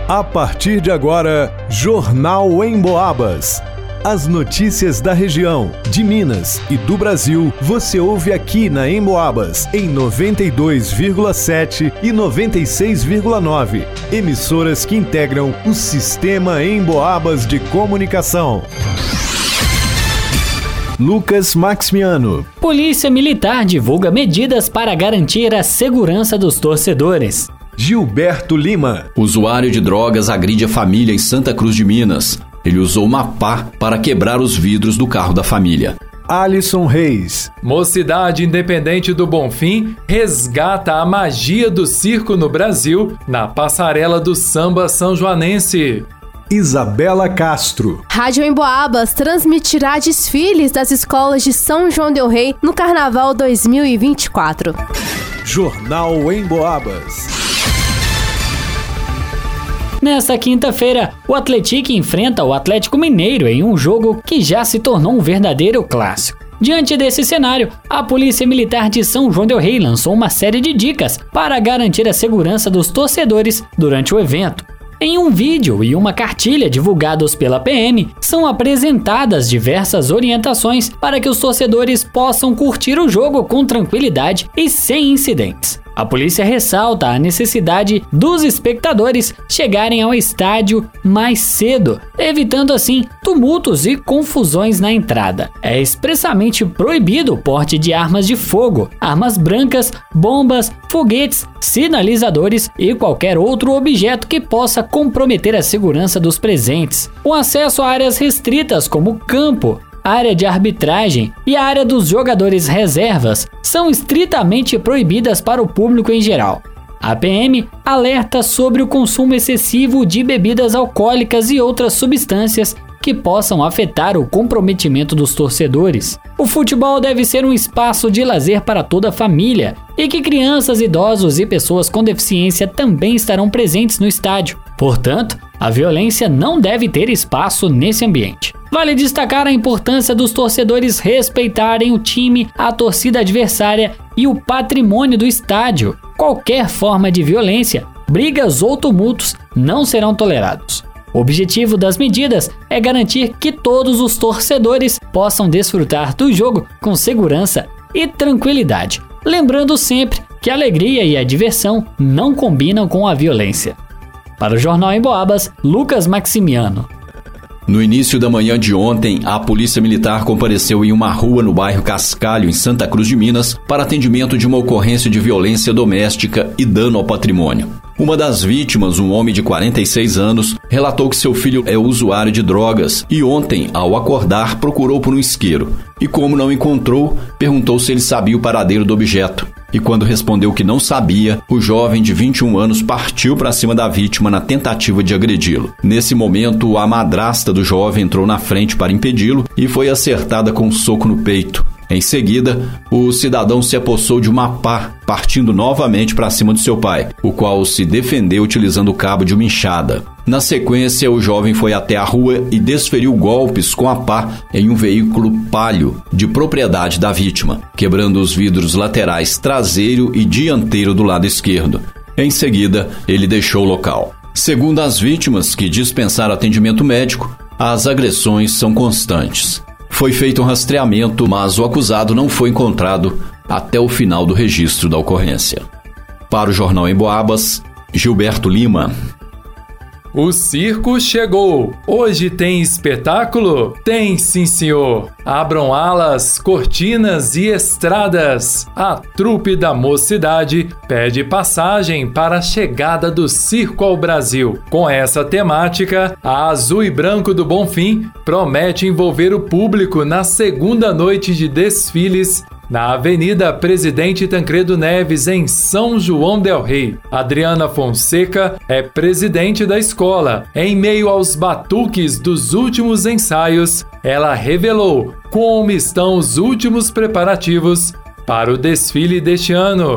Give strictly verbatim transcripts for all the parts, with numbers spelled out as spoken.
A partir de agora, Jornal Emboabas. As notícias da região, de Minas e do Brasil, você ouve aqui na Emboabas, em noventa e dois vírgula sete e noventa e seis vírgula nove. Emissoras que integram o Sistema Emboabas de Comunicação. Lucas Maximiano. Polícia Militar divulga medidas para garantir a segurança dos torcedores. Gilberto Lima. Usuário de drogas agride a família em Santa Cruz de Minas. Ele usou uma pá para quebrar os vidros do carro da família. Alisson Reis. Mocidade Independente do Bonfim resgata a magia do circo no Brasil na passarela do samba são-joanense. Isabela Castro. Rádio Emboabas transmitirá desfiles das escolas de São João del Rei no Carnaval dois mil e vinte e quatro. Jornal Emboabas. Nesta quinta-feira, o Atlético enfrenta o Atlético Mineiro em um jogo que já se tornou um verdadeiro clássico. Diante desse cenário, a Polícia Militar de São João del Rei lançou uma série de dicas para garantir a segurança dos torcedores durante o evento. Em um vídeo e uma cartilha divulgados pela P M, são apresentadas diversas orientações para que os torcedores possam curtir o jogo com tranquilidade e sem incidentes. A polícia ressalta a necessidade dos espectadores chegarem ao estádio mais cedo, evitando assim tumultos e confusões na entrada. É expressamente proibido o porte de armas de fogo, armas brancas, bombas, foguetes, sinalizadores e qualquer outro objeto que possa comprometer a segurança dos presentes. O acesso a áreas restritas como campo, área de arbitragem e a área dos jogadores reservas são estritamente proibidas para o público em geral. A P M alerta sobre o consumo excessivo de bebidas alcoólicas e outras substâncias que possam afetar o comprometimento dos torcedores. O futebol deve ser um espaço de lazer para toda a família e que crianças, idosos e pessoas com deficiência também estarão presentes no estádio. Portanto, a violência não deve ter espaço nesse ambiente. Vale destacar a importância dos torcedores respeitarem o time, a torcida adversária e o patrimônio do estádio. Qualquer forma de violência, brigas ou tumultos não serão tolerados. O objetivo das medidas é garantir que todos os torcedores possam desfrutar do jogo com segurança e tranquilidade. Lembrando sempre que a alegria e a diversão não combinam com a violência. Para o Jornal Emboabas, Lucas Maximiano. No início da manhã de ontem, a Polícia Militar compareceu em uma rua no bairro Cascalho, em Santa Cruz de Minas, para atendimento de uma ocorrência de violência doméstica e dano ao patrimônio. Uma das vítimas, um homem de quarenta e seis anos, relatou que seu filho é usuário de drogas e ontem, ao acordar, procurou por um isqueiro. E como não encontrou, perguntou se ele sabia o paradeiro do objeto. E quando respondeu que não sabia, o jovem de vinte e um anos partiu para cima da vítima na tentativa de agredi-lo. Nesse momento, a madrasta do jovem entrou na frente para impedi-lo e foi acertada com um soco no peito. Em seguida, o cidadão se apossou de uma pá, partindo novamente para cima do seu pai, o qual se defendeu utilizando o cabo de uma enxada. Na sequência, o jovem foi até a rua e desferiu golpes com a pá em um veículo Palio de propriedade da vítima, quebrando os vidros laterais traseiro e dianteiro do lado esquerdo. Em seguida, ele deixou o local. Segundo as vítimas, que dispensaram atendimento médico, as agressões são constantes. Foi feito um rastreamento, mas o acusado não foi encontrado até o final do registro da ocorrência. Para o Jornal Emboabas, Gilberto Lima. O circo chegou! Hoje tem espetáculo? Tem, sim, senhor! Abram alas, cortinas e estradas. A trupe da Mocidade pede passagem para a chegada do circo ao Brasil. Com essa temática, a Azul e Branco do Bonfim promete envolver o público na segunda noite de desfiles na Avenida Presidente Tancredo Neves, em São João del Rei. Adriana Fonseca é presidente da escola. Em meio aos batuques dos últimos ensaios, ela revelou como estão os últimos preparativos para o desfile deste ano.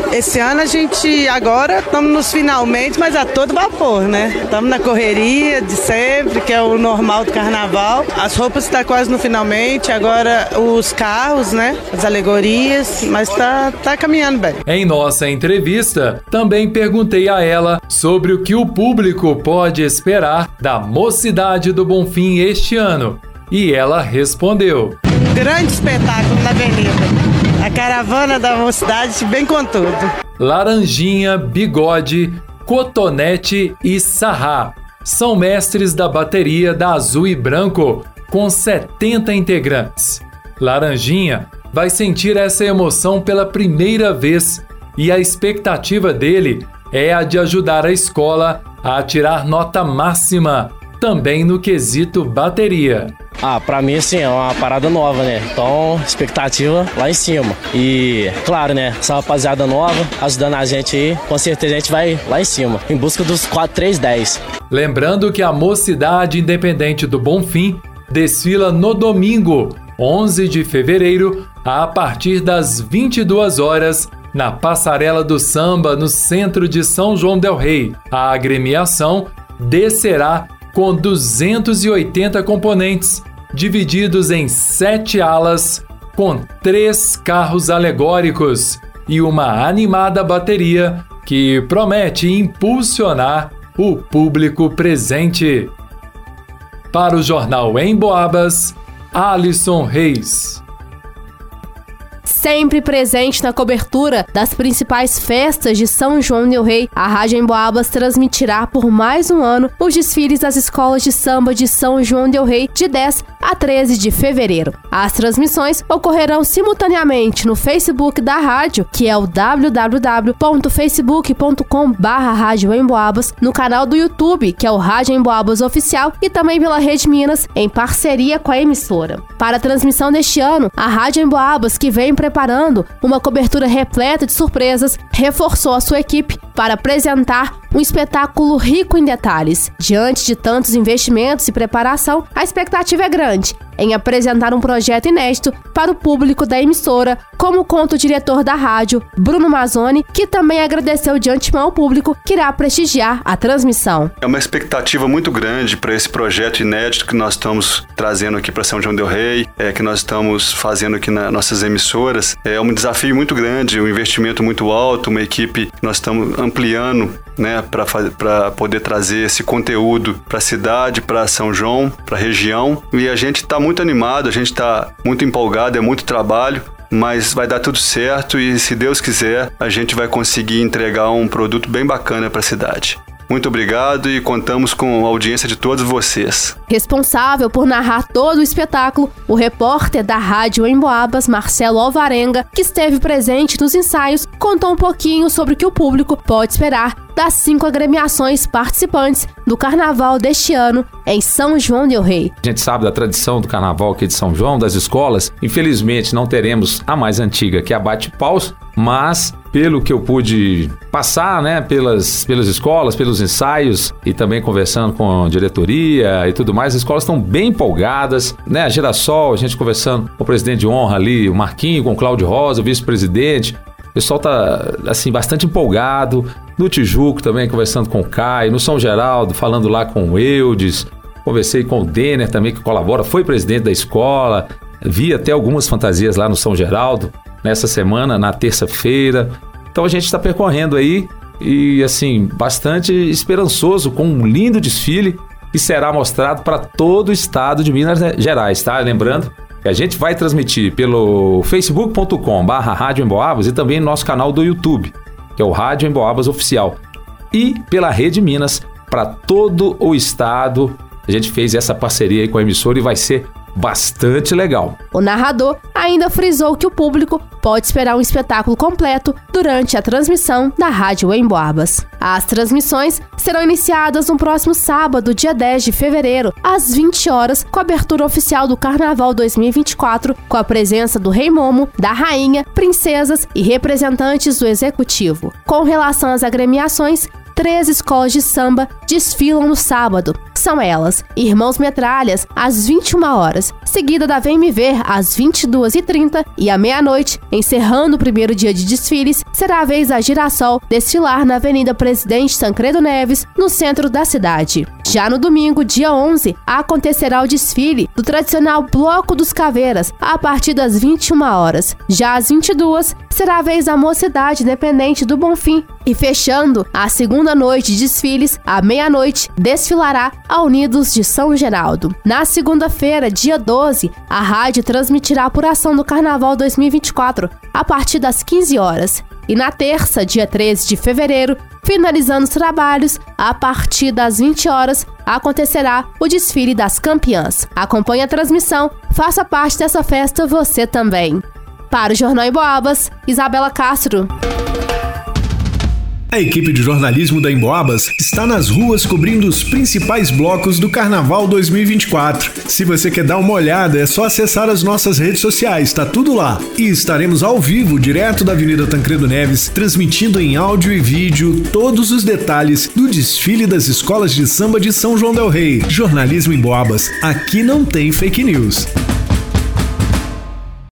Esse ano a gente agora estamos nos finalmente, mas a todo vapor, né? Estamos na correria de sempre, que é o normal do carnaval. As roupas estão quase no finalmente, agora os carros, né? As alegorias, mas tá, tá caminhando bem. Em nossa entrevista, também perguntei a ela sobre o que o público pode esperar da Mocidade do Bonfim este ano. E ela respondeu: um grande espetáculo na avenida. A caravana da Mocidade vem com tudo. Laranjinha, Bigode, Cotonete e Sarrá são mestres da bateria da Azul e Branco, com setenta integrantes. Laranjinha vai sentir essa emoção pela primeira vez e a expectativa dele é a de ajudar a escola a tirar nota máxima, também no quesito bateria. Ah, pra mim, assim, é uma parada nova, né? Então, expectativa lá em cima. E, claro, né? Essa rapaziada nova ajudando a gente aí, com certeza a gente vai lá em cima, em busca dos quatro, três, dez. Lembrando que a Mocidade Independente do Bonfim desfila no domingo, onze de fevereiro, a partir das vinte e duas horas, na Passarela do Samba, no centro de São João del Rei. A agremiação descerá com duzentos e oitenta componentes, divididos em sete alas, com três carros alegóricos e uma animada bateria que promete impulsionar o público presente. Para o Jornal Emboabas, Alisson Reis. Sempre presente na cobertura das principais festas de São João del Rei, a Rádio Emboabas transmitirá por mais um ano os desfiles das escolas de samba de São João del Rei de dez a treze de fevereiro. As transmissões ocorrerão simultaneamente no Facebook da rádio, que é o w w w ponto facebook ponto com barra rádio emboabas, no canal do YouTube, que é o Rádio Emboabas Oficial, e também pela Rede Minas, em parceria com a emissora. Para a transmissão deste ano, a Rádio Emboabas, que vem preparando uma cobertura repleta de surpresas, reforçou a sua equipe para apresentar um espetáculo rico em detalhes. Diante de tantos investimentos e preparação, a expectativa é grande em apresentar um projeto inédito para o público da emissora, como conta o diretor da rádio, Bruno Mazzoni, que também agradeceu de antemão ao público que irá prestigiar a transmissão. É uma expectativa muito grande para esse projeto inédito que nós estamos trazendo aqui para São João del Rei, é, que nós estamos fazendo aqui nas nossas emissoras. É um desafio muito grande, um investimento muito alto, uma equipe que nós estamos ampliando, né, para poder trazer esse conteúdo para a cidade, para São João, para a região. E a gente está muito animado, a gente está muito empolgado, é muito trabalho, mas vai dar tudo certo e, se Deus quiser, a gente vai conseguir entregar um produto bem bacana para a cidade. Muito obrigado e contamos com a audiência de todos vocês. Responsável por narrar todo o espetáculo, o repórter da Rádio Emboabas, Marcelo Alvarenga, que esteve presente nos ensaios, contou um pouquinho sobre o que o público pode esperar das cinco agremiações participantes do carnaval deste ano em São João del Rei. A gente sabe da tradição do carnaval aqui de São João, das escolas. Infelizmente não teremos a mais antiga, que é a Bate-Paus, mas pelo que eu pude passar, né, pelas, pelas escolas, pelos ensaios e também conversando com a diretoria e tudo mais, as escolas estão bem empolgadas, né? A Girassol, a gente conversando com o presidente de honra ali, o Marquinho, com o Cláudio Rosa, o vice-presidente. O pessoal tá, assim, bastante empolgado. No Tijuco também, conversando com o Caio. No São Geraldo, falando lá com o Eudes. Conversei com o Denner também, que colabora, foi presidente da escola. Vi até algumas fantasias lá no São Geraldo, nessa semana, na terça-feira. Então a gente está percorrendo aí e, assim, bastante esperançoso com um lindo desfile que será mostrado para todo o estado de Minas Gerais, tá? Lembrando que a gente vai transmitir pelo facebook ponto com barra rádio emboabas e também no nosso canal do YouTube, que é o Rádio Emboabas Oficial, e pela Rede Minas para todo o estado. A gente fez essa parceria aí com a emissora e vai ser bastante legal. O narrador ainda frisou que o público pode esperar um espetáculo completo durante a transmissão da Rádio Emboabas. As transmissões serão iniciadas no próximo sábado, dia dez de fevereiro, às vinte horas, com a abertura oficial do Carnaval dois mil e vinte e quatro, com a presença do Rei Momo, da Rainha, princesas e representantes do Executivo. Com relação às agremiações, três escolas de samba desfilam no sábado. São elas: Irmãos Metralhas, às vinte e uma horas, seguida da Vem Me Ver, às vinte e duas e trinta, e à meia-noite, encerrando o primeiro dia de desfiles, será a vez da Girassol desfilar na Avenida Presidente Tancredo Neves, no centro da cidade. Já no domingo, dia onze, acontecerá o desfile do tradicional Bloco dos Caveiras, a partir das vinte e uma horas. Já às vinte e duas, será a vez da Mocidade Independente do Bonfim. E fechando a segunda noite de desfiles, à meia-noite, desfilará a Unidos de São Geraldo. Na segunda-feira, dia doze, a rádio transmitirá a apuração do Carnaval dois mil e vinte e quatro, a partir das quinze horas. E na terça, dia treze de fevereiro, finalizando os trabalhos, a partir das vinte horas, acontecerá o desfile das campeãs. Acompanhe a transmissão, faça parte dessa festa você também. Para o Jornal Emboabas, Isabela Castro. A equipe de jornalismo da Emboabas está nas ruas cobrindo os principais blocos do Carnaval dois mil e vinte e quatro. Se você quer dar uma olhada, é só acessar as nossas redes sociais, tá tudo lá. E estaremos ao vivo, direto da Avenida Tancredo Neves, transmitindo em áudio e vídeo todos os detalhes do desfile das escolas de samba de São João del Rei. Jornalismo Emboabas, aqui não tem fake news.